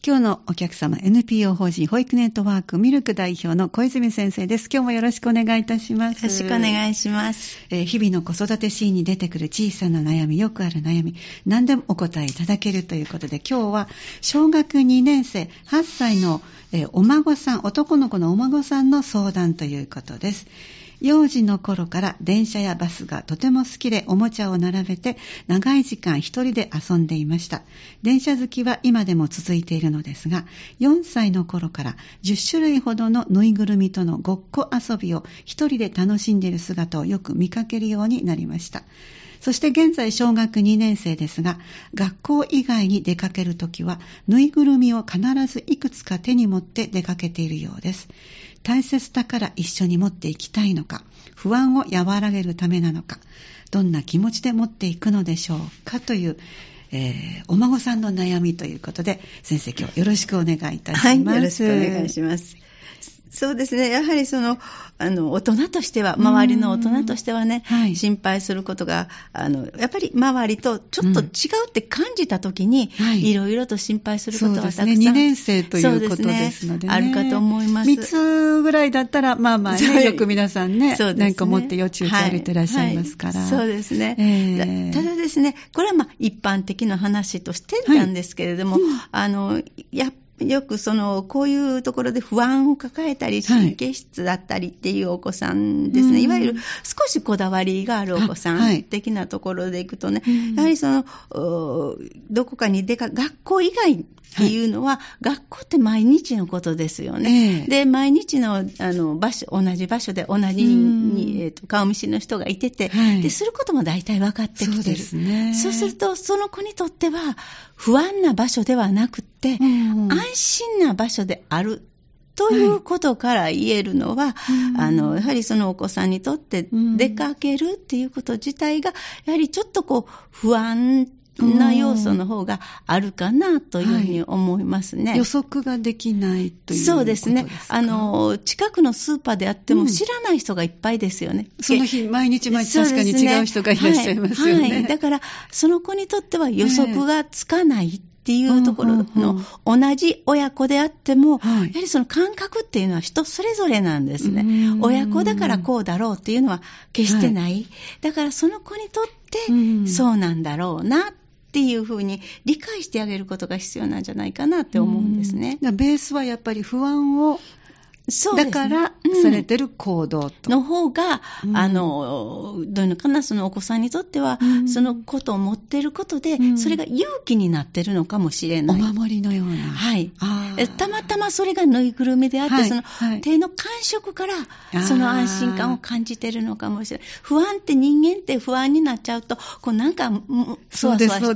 今日のお客様、NPO 法人保育ネットワークミルク代表の小泉先生です。今日もよろしくお願いいたします。 よろしくお願いします。 日々の子育てシーンに出てくる小さな悩み、よくある悩み、何でもお答えいただけるということで、今日は小学2年生8歳のお孫さん、男の子のお孫さんの相談ということです。幼児の頃から電車やバスがとても好きで、おもちゃを並べて長い時間一人で遊んでいました。電車好きは今でも続いているのですが、4歳の頃から10種類ほどのぬいぐるみとのごっこ遊びを一人で楽しんでいる姿をよく見かけるようになりました。そして現在小学2年生ですが、学校以外に出かけるときはぬいぐるみを必ずいくつか手に持って出かけているようです。大切だから一緒に持っていきたいのか、不安を和らげるためなのか、どんな気持ちで持っていくのでしょうかという、お孫さんの悩みということで、先生今日よろしくお願いいたします。 はい、よろしくお願いします。そうですね。やはり大人としては、周りの大人としてはね、心配することが、やっぱり周りとちょっと違うって感じたときに、いろいろと心配することはたくさん。 そうですね。2年生ということですのでね。 あるかと思います。 3つぐらいだったら、まあまあね、よく皆さんね、何か持ってよちよち歩いてらっしゃいますから。 そうですね。ただですね、これは一般的な話としてなんですけれども、よくこういうところで不安を抱えたり、神経質だったりっていうお子さんですね。いわゆる少しこだわりがあるお子さん的なところでいくとね、やはりどこかに学校以外っていうのは、学校って毎日のことですよね。で、毎日の場所、同じ場所で同じに、顔見知りの人がいてて、ですることも大体分かってきてる。そうですね。そうすると、その子にとっては不安な場所ではなくて、安心な場所であるということから言えるのは、やはりそのお子さんにとって出かけるっていうこと自体が、やはりちょっと不安な要素の方があるかなというふうに思いますね。 予測ができないということですか？ そうですね。近くのスーパーであっても知らない人がいっぱいですよね。 その日、毎日確かに違う人がいらっしゃいますよね。 だから、その子にとっては予測がつかないっていうところの、同じ親子であっても、やはりその感覚っていうのは人それぞれなんですね。親子だからこうだろうっていうのは決してない。だからその子にとってそうなんだろうなっていうふうに理解してあげることが必要なんじゃないかなって思うんですね。 ベースはやっぱり不安をだからされてる行動との方が、どういうのかな、そのお子さんにとっては、そのことを持っていることで、それが勇気になってるのかもしれない。 お守りのような。 はい。たまたまそれがぬいぐるみであって、その手の感触から、その安心感を感じてるのかもしれない。不安って人間って不安になっちゃうと、なんか、そわそわして、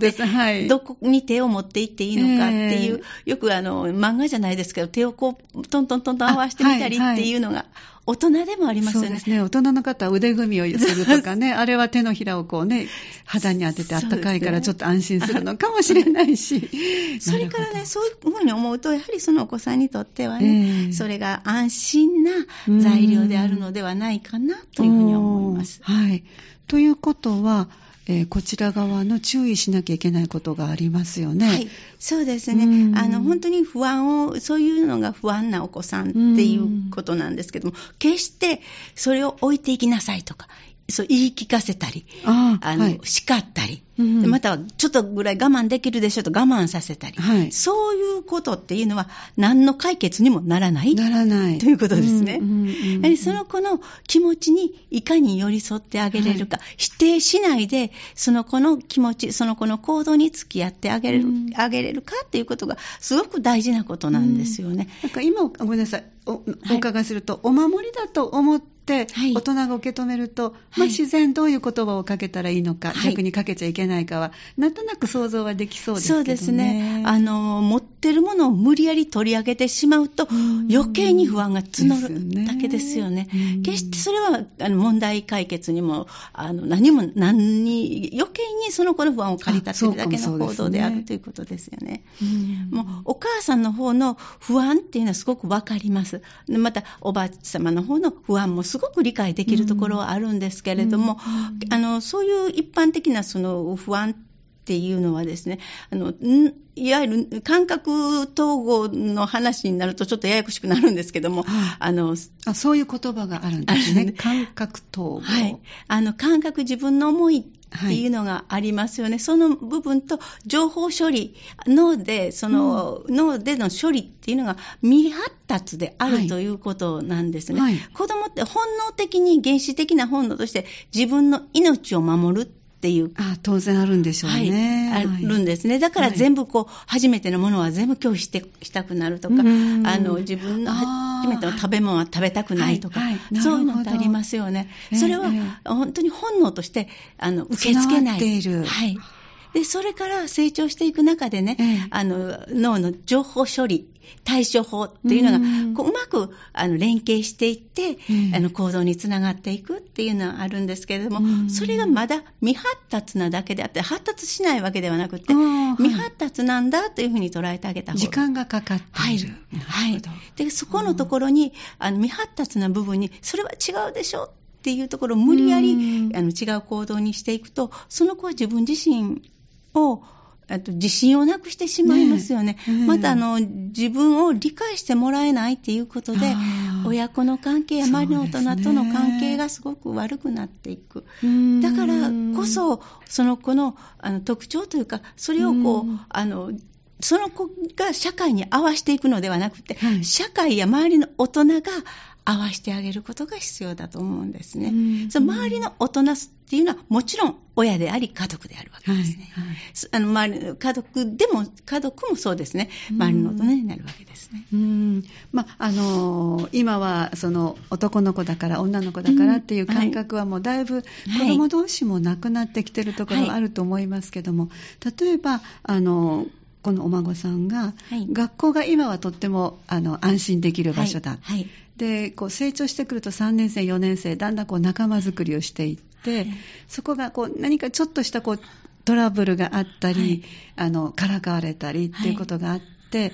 どこに手を持っていっていいのかっていう、よく漫画じゃないですけど、手をトントントントン合わせてみたりっていうのが大人でもありますよね。 そうですね。大人の方は腕組みをするとかね、あれは手のひらを肌に当ててあったかいからちょっと安心するのかもしれないし。 それからね、そういうふうに思うと、やはりそのお子さんにとってはね、それが安心な材料であるのではないかなというふうに思います。 はい。ということは、こちら側の注意しなきゃいけないことがありますよね。はい、 そうですね。本当にそういうのが不安なお子さんっていうことなんですけども、決してそれを置いていきなさいとか、そう言い聞かせたり、叱ったり、またはちょっとぐらい我慢できるでしょと我慢させたり、そういうことっていうのは何の解決にもならないということですね。やはりその子の気持ちにいかに寄り添ってあげれるか、否定しないでその子の気持ち、その子の行動に付き合ってあげれるかっていうことがすごく大事なことなんですよね。 なんか今ごめんなさい、お伺いすると、お守りだと思って大人が受け止めると、自然どういう言葉をかけたらいいのか、逆にかけちゃいけないかはなんとなく想像はできそうですけどね。 そうですね。持ってるものを無理やり取り上げてしまうと余計に不安が募るだけですよね。決してそれは問題解決にも余計にその子の不安を駆り立てるだけの行動であるということですよね。もうお母さんの方の不安っていうのはすごくわかります。またおばあ様の方の不安もすごく理解できるところはあるんですけれども、そういう一般的なその不安っていうのはですね、いわゆる感覚統合の話になるとちょっとややこしくなるんですけども、 そういう言葉があるんですね。感覚統合。 はい。感覚、自分の思いっていうのがありますよね。その部分と情報処理、脳での処理っていうのが未発達であるということなんですね。はい、子供って本能的に原始的な本能として自分の命を守るっていう。 当然あるんでしょうね。 はい、あるんですね。だから全部初めてのものは全部拒否したくなるとか、自分の初めての食べ物は食べたくないとか、そういうのってありますよね。それは本当に本能として受け付けない。 備わっている。 はい。で、それから成長していく中でね、脳の情報処理、対処法っていうのが、うまく連携していって、行動につながっていくっていうのはあるんですけれども、それがまだ未発達なだけであって、発達しないわけではなくて、未発達なんだというふうに捉えてあげた方が。 時間がかかっている。 はい。で、そこのところに、未発達な部分に、それは違うでしょっていうところを無理やり、違う行動にしていくと、その子は自分自身を自信をなくしてしまいますよね。また自分を理解してもらえないっていうことで、親子の関係や周りの大人との関係がすごく悪くなっていく。だからこそその子の特徴というか、それをその子が社会に合わせていくのではなくて、社会や周りの大人が合わせてあげることが必要だと思うんですね。その周りの大人っていうのはもちろん親であり家族であるわけですね。周りの家族もそうですね。周りの大人になるわけですね。 今はその男の子だから女の子だからっていう感覚はもうだいぶ子供同士もなくなってきてるところはあると思いますけども、例えばこのお孫さんが、学校が今はとっても安心できる場所だ。で成長してくると3年生4年生だんだん仲間作りをしていって、そこが何かちょっとしたトラブルがあったり、からかわれたりっていうことがあって、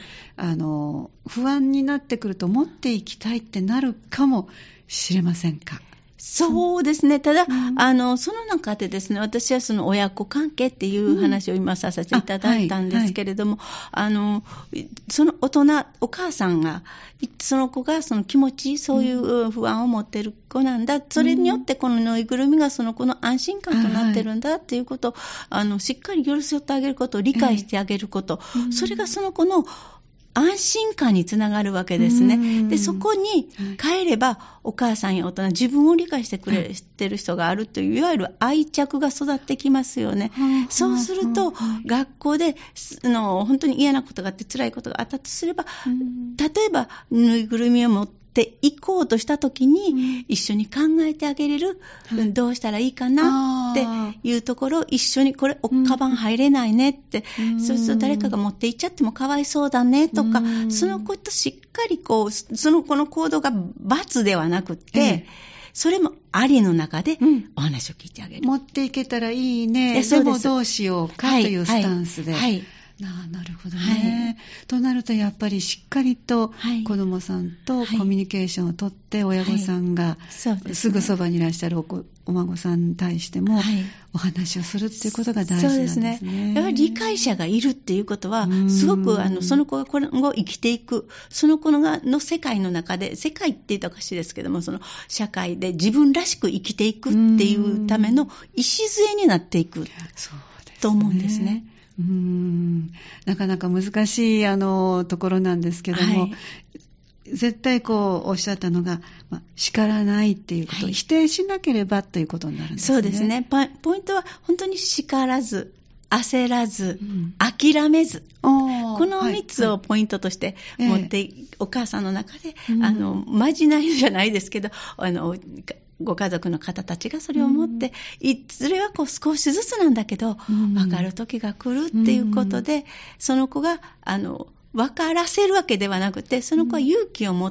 不安になってくると持っていきたいってなるかもしれませんか。 そうですね。ただ、その中でですね、私はその親子関係っていう話を今させていただいたんですけれども、そのお母さんが、その子がその気持ち、そういう不安を持っている子なんだ。それによってこのぬいぐるみがその子の安心感となってるんだっていうことを、しっかり寄り添ってあげること、理解してあげること、それがその子の安心感につながるわけですね。で、そこに帰ればお母さんや大人、自分を理解してくれてる人があるという、いわゆる愛着が育ってきますよね。そうすると、学校で本当に嫌なことがあって辛いことがあったとすれば、例えばぬいぐるみを持って行こうとしたときに、一緒に考えてあげれる、どうしたらいいかなっていうところを一緒に、これカバン入れないねって、そうすると誰かが持って行っちゃってもかわいそうだねとか、その子としっかりその子の行動が罰ではなくて、それもありの中でお話を聞いてあげる。 持っていけたらいいね。でもどうしようかというスタンスで。なるほどね。となるとやっぱりしっかりと子どもさんとコミュニケーションをとって親御さんがすぐそばにいらっしゃるお孫さんに対してもお話をするっていうことが大事なんですね。 そうですね。やはり理解者がいるっていうことはすごくその子が今後生きていく、その子の世界の中で、世界って言ったらおかしいですけども、その社会で自分らしく生きていくっていうための礎になっていくと思うんですね。 なかなか難しいところなんですけども、絶対おっしゃったのが、叱らないっていうこと、否定しなければということになるんですね。 そうですね。ポイントは本当に叱らず、焦らず、諦めず、この3つをポイントとして持って、お母さんの中で、まじないじゃないですけど、ご家族の方たちがそれを持って、それは少しずつなんだけど、分かる時が来るっていうことで、その子が分からせるわけではなくて、その子は勇気を持って、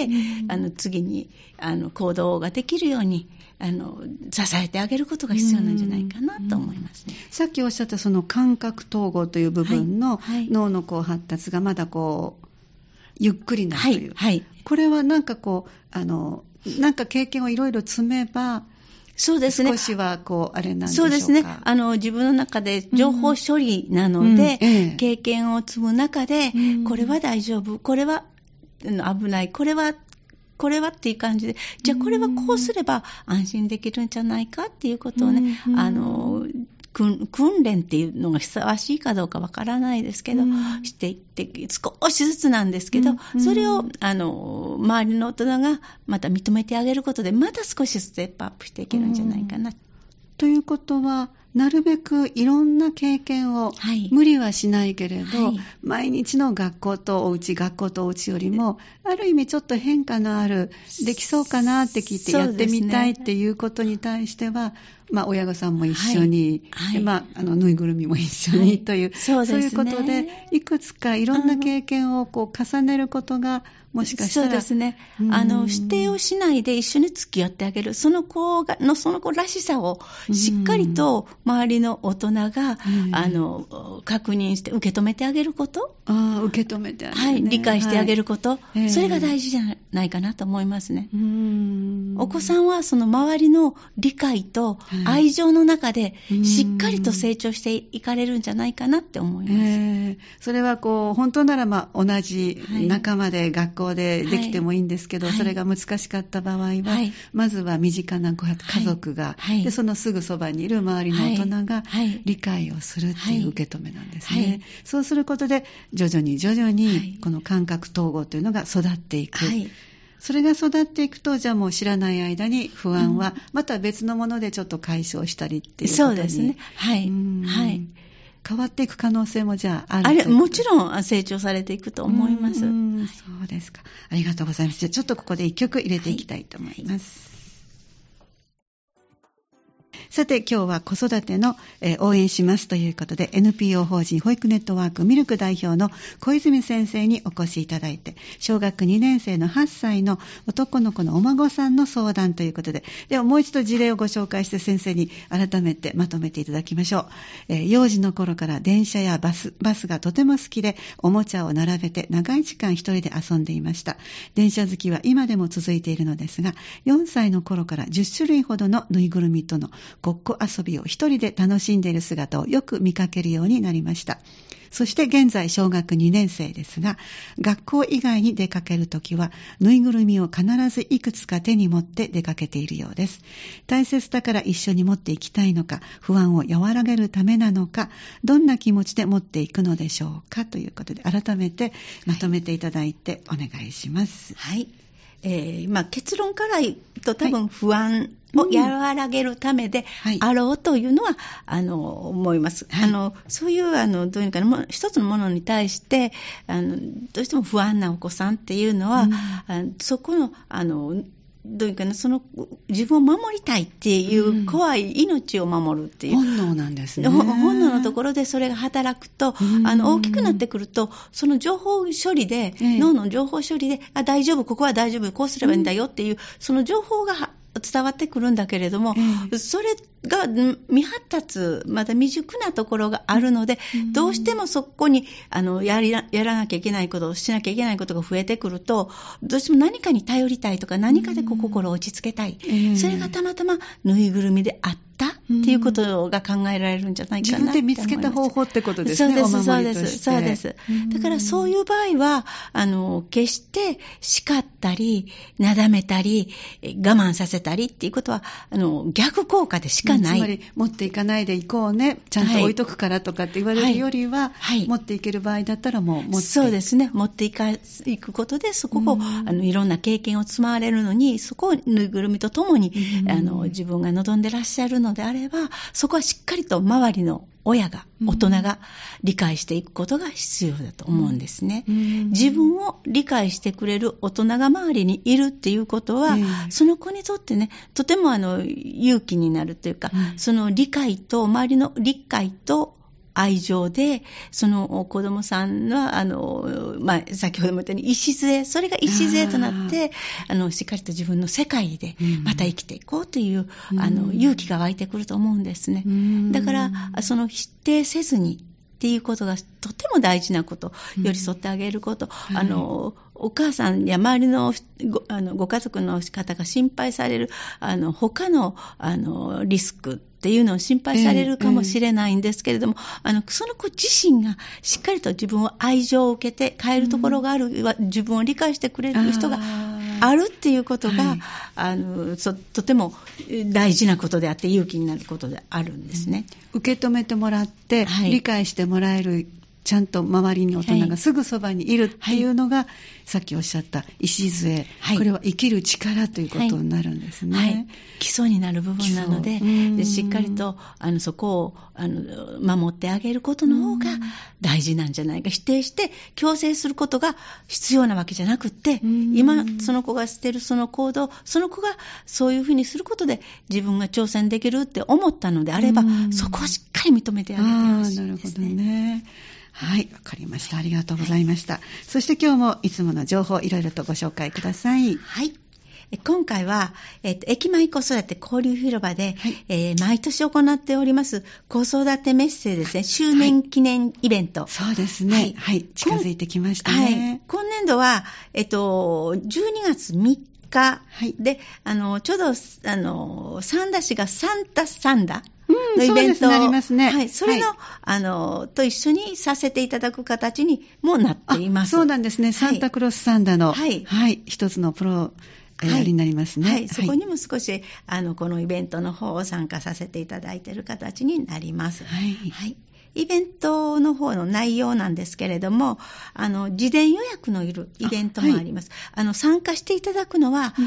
次に行動ができるように支えてあげることが必要なんじゃないかなと思いますね。 さっきおっしゃったその感覚統合という部分の脳の発達がまだゆっくりなという、これはなんかなんか経験をいろいろ積めばそうですね。 少しはあれなんでしょうか。 そうですね。自分の中で情報処理なので、経験を積む中で、これは大丈夫、これは危ない、これはっていう感じで、じゃあこれはこうすれば安心できるんじゃないかっていうことをね、訓練っていうのがふさわしいかどうかわからないですけど、していって少しずつなんですけど、それを周りの大人がまた認めてあげることで、また少しステップアップしていけるんじゃないかな。 ということは、なるべくいろんな経験を、無理はしないけれど、毎日の学校とお家よりも、ある意味ちょっと変化のある、できそうかなって聞いてやってみたいっていうことに対しては、親御さんも一緒に、ぬいぐるみも一緒にという、そういうことで、いくつかいろんな経験を重ねることが、もしかしたら。 そうですね。指定をしないで一緒に付き合ってあげる。その子らしさをしっかりと周りの大人が、確認して受け止めてあげること。 受け止めてあげる、 理解してあげること。それが大事じゃないかなと思いますね。お子さんはその周りの理解と愛情の中でしっかりと成長していかれるんじゃないかなって思います。 それは本当なら同じ仲間で学校でできてもいいんですけど、それが難しかった場合は、まずは身近な家族が、でそのすぐそばにいる周りの大人が理解をするっていう受け止めなんですね。そうすることで徐々にこの感覚統合というのが育っていく。それが育っていくと、じゃあもう知らない間に不安はまた別のものでちょっと解消したりっていうことに。 そうですね。 変わっていく可能性もじゃあある。もちろん成長されていくと思います。 そうですか。ありがとうございます。じゃあちょっとここで一曲入れていきたいと思います。さて今日は子育ての、応援しますということで NPO 法人保育ネットワークミルク代表の小泉先生にお越しいただいて、小学2年生の8歳の男の子のお孫さんの相談ということで、ではもう一度事例をご紹介して先生に改めてまとめていただきましょう。幼児の頃から電車やバスがとても好きで、おもちゃを並べて長い時間一人で遊んでいました。電車好きは今でも続いているのですが、4歳の頃から10種類ほどのぬいぐるみとのごっこ遊びを一人で楽しんでいる姿をよく見かけるようになりました。そして現在小学2年生ですが、学校以外に出かけるときはぬいぐるみを必ずいくつか手に持って出かけているようです。大切だから一緒に持っていきたいのか、不安を和らげるためなのか、どんな気持ちで持っていくのでしょうかということで、改めてまとめていただいてお願いします。 結論から言うと多分不安を和らげるためであろうというのは、思います。そういうどういうかな、一つのものに対してどうしても不安なお子さんっていうのは、そこのどういうかな、その自分を守りたいっていう怖い命を守るっていう、 本能なんですね。 本能のところでそれが働くと、大きくなってくると、その情報処理で、脳の情報処理で、大丈夫、ここは大丈夫、こうすればいいんだよっていう、その情報が伝わってくるんだけれども、それが未発達、まだ未熟なところがあるので、どうしてもそこにやらなきゃいけないことをしなきゃいけないことが増えてくると、どうしても何かに頼りたいとか、何かで心を落ち着けたい、それがたまたまぬいぐるみであったっていうことが考えられるんじゃないかなと思います。 自分で見つけた方法ってことですね。 そうです。だからそういう場合は決して叱ったりなだめたり我慢させたりっていうことは逆効果でしかない。 つまり持っていかないでいこうね、ちゃんと置いとくからとかって言われるよりは、持っていける場合だったらもう持っていく。 そうですね。持っていくことで、そこをいろんな経験を積まれるのに、そこをぬいぐるみとともに自分が望んでらっしゃるのであれば、そこはしっかりと周りの親が、大人が理解していくことが必要だと思うんですね。自分を理解してくれる大人が周りにいるっていうことは、その子にとってね、とても勇気になるというか、その理解と、周りの理解と愛情で、その子供さんは先ほども言ったように礎、それが礎となってしっかりと自分の世界でまた生きていこうという勇気が湧いてくると思うんですね。だからその否定せずにっていうことがとても大事なこと、寄り添ってあげること、お母さんや周りの ご家族の方が心配される他のリスクっていうのを心配されるかもしれないんですけれども、その子自身がしっかりと自分を愛情を受けて変えるところがある、自分を理解してくれる人があるっていうことが、とても大事なことであって勇気になることであるんですね。 受け止めてもらって、理解してもらえるちゃんと周りに大人がすぐそばにいるっていうのが、さっきおっしゃった礎、これは生きる力ということになるんですね。 基礎になる部分なので、しっかりとそこを守ってあげることの方が大事なんじゃないか。否定して強制することが必要なわけじゃなくって、今その子がしてるその行動、その子がそういうふうにすることで自分が挑戦できるって思ったのであれば、そこをしっかり認めてあげてほしいですね。 なるほどね。はい、わかりました。ありがとうございました。そして今日もいつもの情報いろいろとご紹介ください。 はい。今回は、駅前子育て交流広場で、毎年行っております子育てメッセージですね、周年記念イベント。 そうですね。近づいてきましたね。 今年度は、12月3日で、ちょうど三田市がサンタサンダのイベントを、 なりますね。 それの、と一緒にさせていただく形にもなっています。 そうなんですね。サンタクロスサンダの、一つのプロになりますね。 そこにも少しこのイベントの方を参加させていただいている形になります。イベントの方の内容なんですけれども、事前予約のいるイベントもあります。参加していただくのは、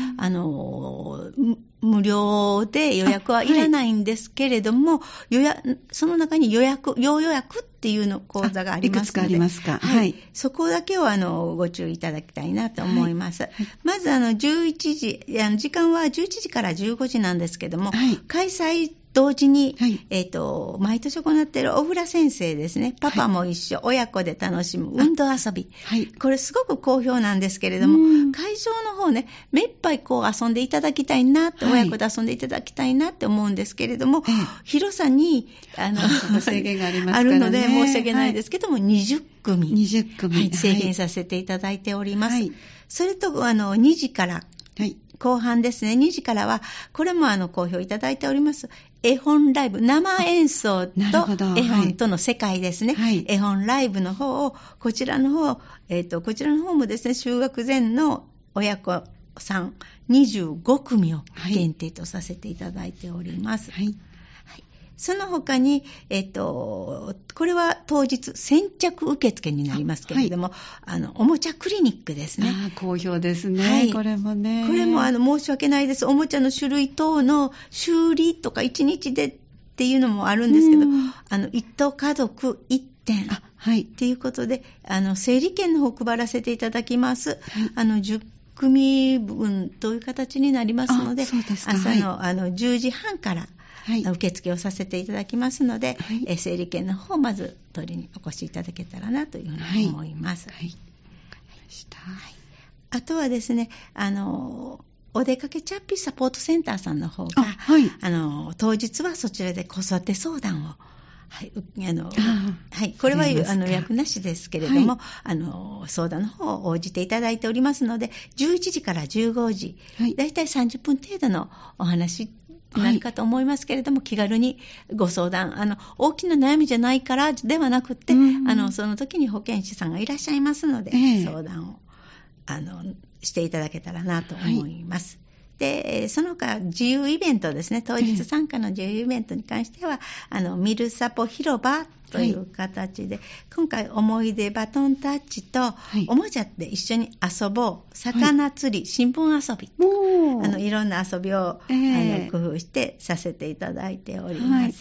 無料で予約はいらないんですけれども、その中に要予約っていうの講座がありますので、いくつかありますか。そこだけをご注意いただきたいなと思います。まず11時、時間は11時から15時なんですけども、開催同時に、毎年行っている小倉先生ですね、パパも一緒、親子で楽しむ運動遊び、これすごく好評なんですけれども、会場の方ね、目いっぱい遊んでいただきたいなって、親子で遊んでいただきたいなって思うんですけれども、広さに制限がありますからね。 あるので申し訳ないですけども、20組制限させていただいております。それと2時から後半ですね、2時からはこれも好評いただいております絵本ライブ、生演奏と絵本との世界ですね、絵本ライブの方をこちらの方もですね、就学前の親子さん25組を限定とさせていただいております。その他に、これは当日先着受付になりますけれども、おもちゃクリニックですね。 好評ですね、これもね。 これも申し訳ないです。おもちゃの種類等の修理とか1日でっていうのもあるんですけど、一家族1点っていうことで、整理券の方配らせていただきます。10組分という形になりますので、朝の10時半から受付をさせていただきますので、整理券の方をまず取りにお越しいただけたらなというふうに思います。あとはですね、お出かけチャッピーサポートセンターさんの方が、当日はそちらで子育て相談を、これは予約なしですけれども、相談の方を応じていただいておりますので、11時から15時、だいたい30分程度のお話になるかと思いますけれども、気軽にご相談、大きな悩みじゃないからではなくて、その時に保健師さんがいらっしゃいますので、相談をしていただけたらなと思います。で、その他自由イベントですね、当日参加の自由イベントに関しては、ミルサポ広場という形で、今回思い出バトンタッチと、おもちゃで一緒に遊ぼう、魚釣り、新聞遊び、いろんな遊びを、工夫してさせていただいております。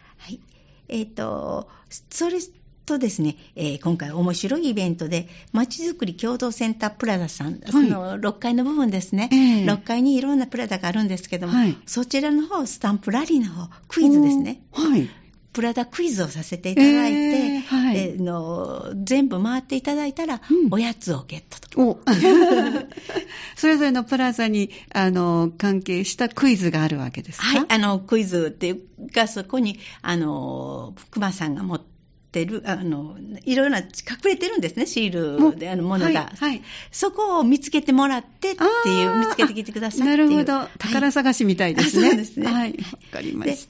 それとですね、今回面白いイベントで、まちづくり共同センタープラザさん、その6階の部分ですね、6階にいろんなプラザがあるんですけども、そちらの方、スタンプラリーの方、クイズですね。プラダクイズをさせていただいて、全部回っていただいたら、おやつをゲットと。 それぞれのプラザに関係したクイズがあるわけですか？ クイズっていうか、そこに熊さんが持っててる、いろいろな隠れてるんですね、シールでものが、 はい。 そこを見つけてもらってっていう、見つけてきてくださいっていう。 なるほど。宝探しみたいですね。 そうですね。 はい。わかりました。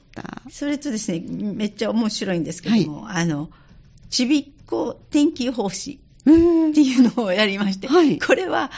それとですね、めっちゃ面白いんですけども、ちびっこ天気予報士っていうのをやりまして、これは、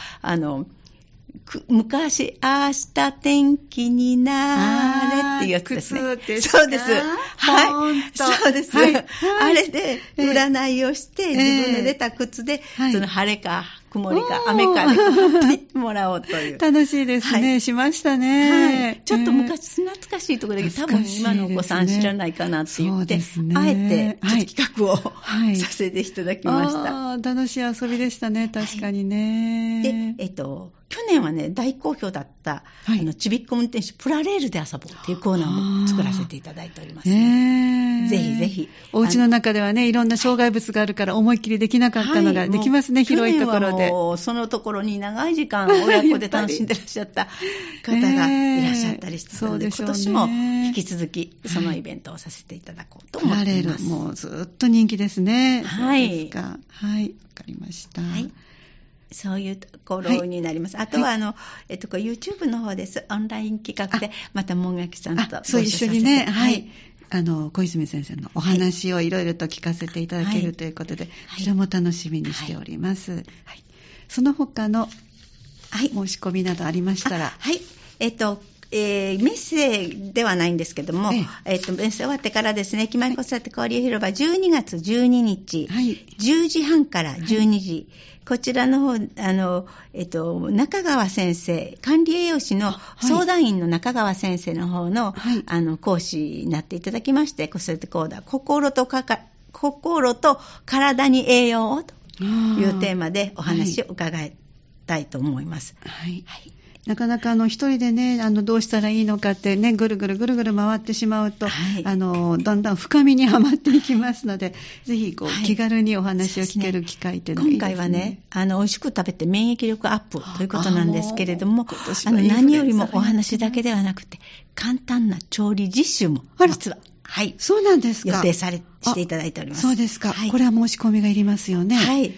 昔、明日天気になれっていうやつですね。そうです。はい。そうです。あれで、占いをして、自分の出た靴で、その晴れか、曇りか、雨かで持ってもらおうという。 楽しいですね。しましたね。 ちょっと昔、懐かしいところで、多分今のお子さん知らないかなって言って、あえて、企画をさせていただきました。 楽しい遊びでしたね、確かにね。 で、去年はね、大好評だった、ちびっこ運転手プラレールで遊ぼうっていうコーナーも作らせていただいておりますね。ぜひぜひ。 お家の中ではね、いろんな障害物があるから思いっきりできなかったのができますね、広いところで。 もうそのところに長い時間親子で楽しんでらっしゃった方がいらっしゃったりしてたので、今年も引き続きそのイベントをさせていただこうと思っています。 プラレール、もうずっと人気ですね。 はい。 そうですか。はい、わかりました。 はい。そういうところになります。あとは、YouTube の方です。オンライン企画で、また、門垣さんとそう、一緒にね、はい。小泉先生のお話をいろいろと聞かせていただけるということで、それも楽しみにしております。はい。その他の申し込みなどありましたら。 はい。メッセではないんですけども、メッセ終わってからですね、駅前子育て交流広場12月12日、10時半から12時、こちらの方、中川先生、管理栄養士の相談員の中川先生の方の、講師になっていただきまして、子育て講座、心と体に栄養をというテーマでお話を伺いたいと思います。 なかなか一人でね、どうしたらいいのかってね、ぐるぐる回ってしまうと、だんだん深みにはまっていきますので、ぜひ気軽にお話を聞ける機会というのがいいですね。 今回はね、美味しく食べて免疫力アップということなんですけれども、何よりもお話だけではなくて、簡単な調理実習も実は、 そうなんですか。 予定していただいております。 そうですか。これは申し込みがいりますよね。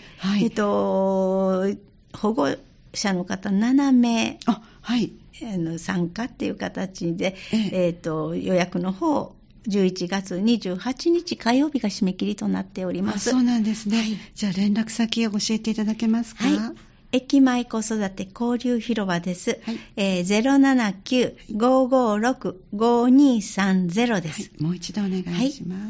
保護者の方7名、参加っていう形で、予約の方、11月28日火曜日が締め切りとなっております。 そうなんですね。じゃあ連絡先を教えていただけますか。 駅前子育て交流広場です。079-556-5230 です。 もう一度お願いします。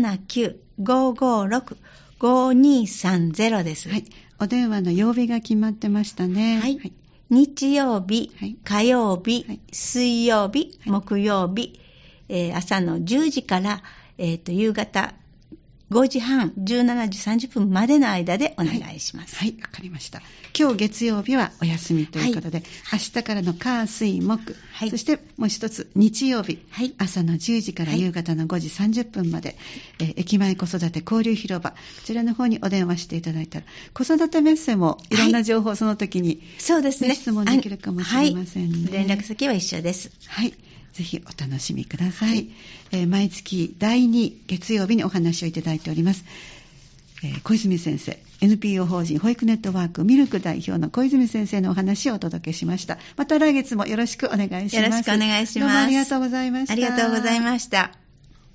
079-556-5230 です。 お電話の曜日が決まってましたね。 日曜日、火曜日、水曜日、木曜日、朝の10時から、夕方5時半、17時30分までの間でお願いします。 わかりました。今日月曜日はお休みということで、明日からの火、水、木、そしてもう一つ日曜日、朝の10時から夕方の5時30分まで、駅前子育て交流広場、こちらの方にお電話していただいたら、子育てメッセもいろんな情報をその時に、 そうですね、 質問できるかもしれませんね。 連絡先は一緒です。 ぜひお楽しみください。毎月第2月曜日にお話をいただいております。小泉先生、NPO 法人保育ネットワークミルク代表の小泉先生のお話をお届けしました。また来月もよろしくお願いします。 よろしくお願いします。 どうもありがとうございました。 ありがとうございました。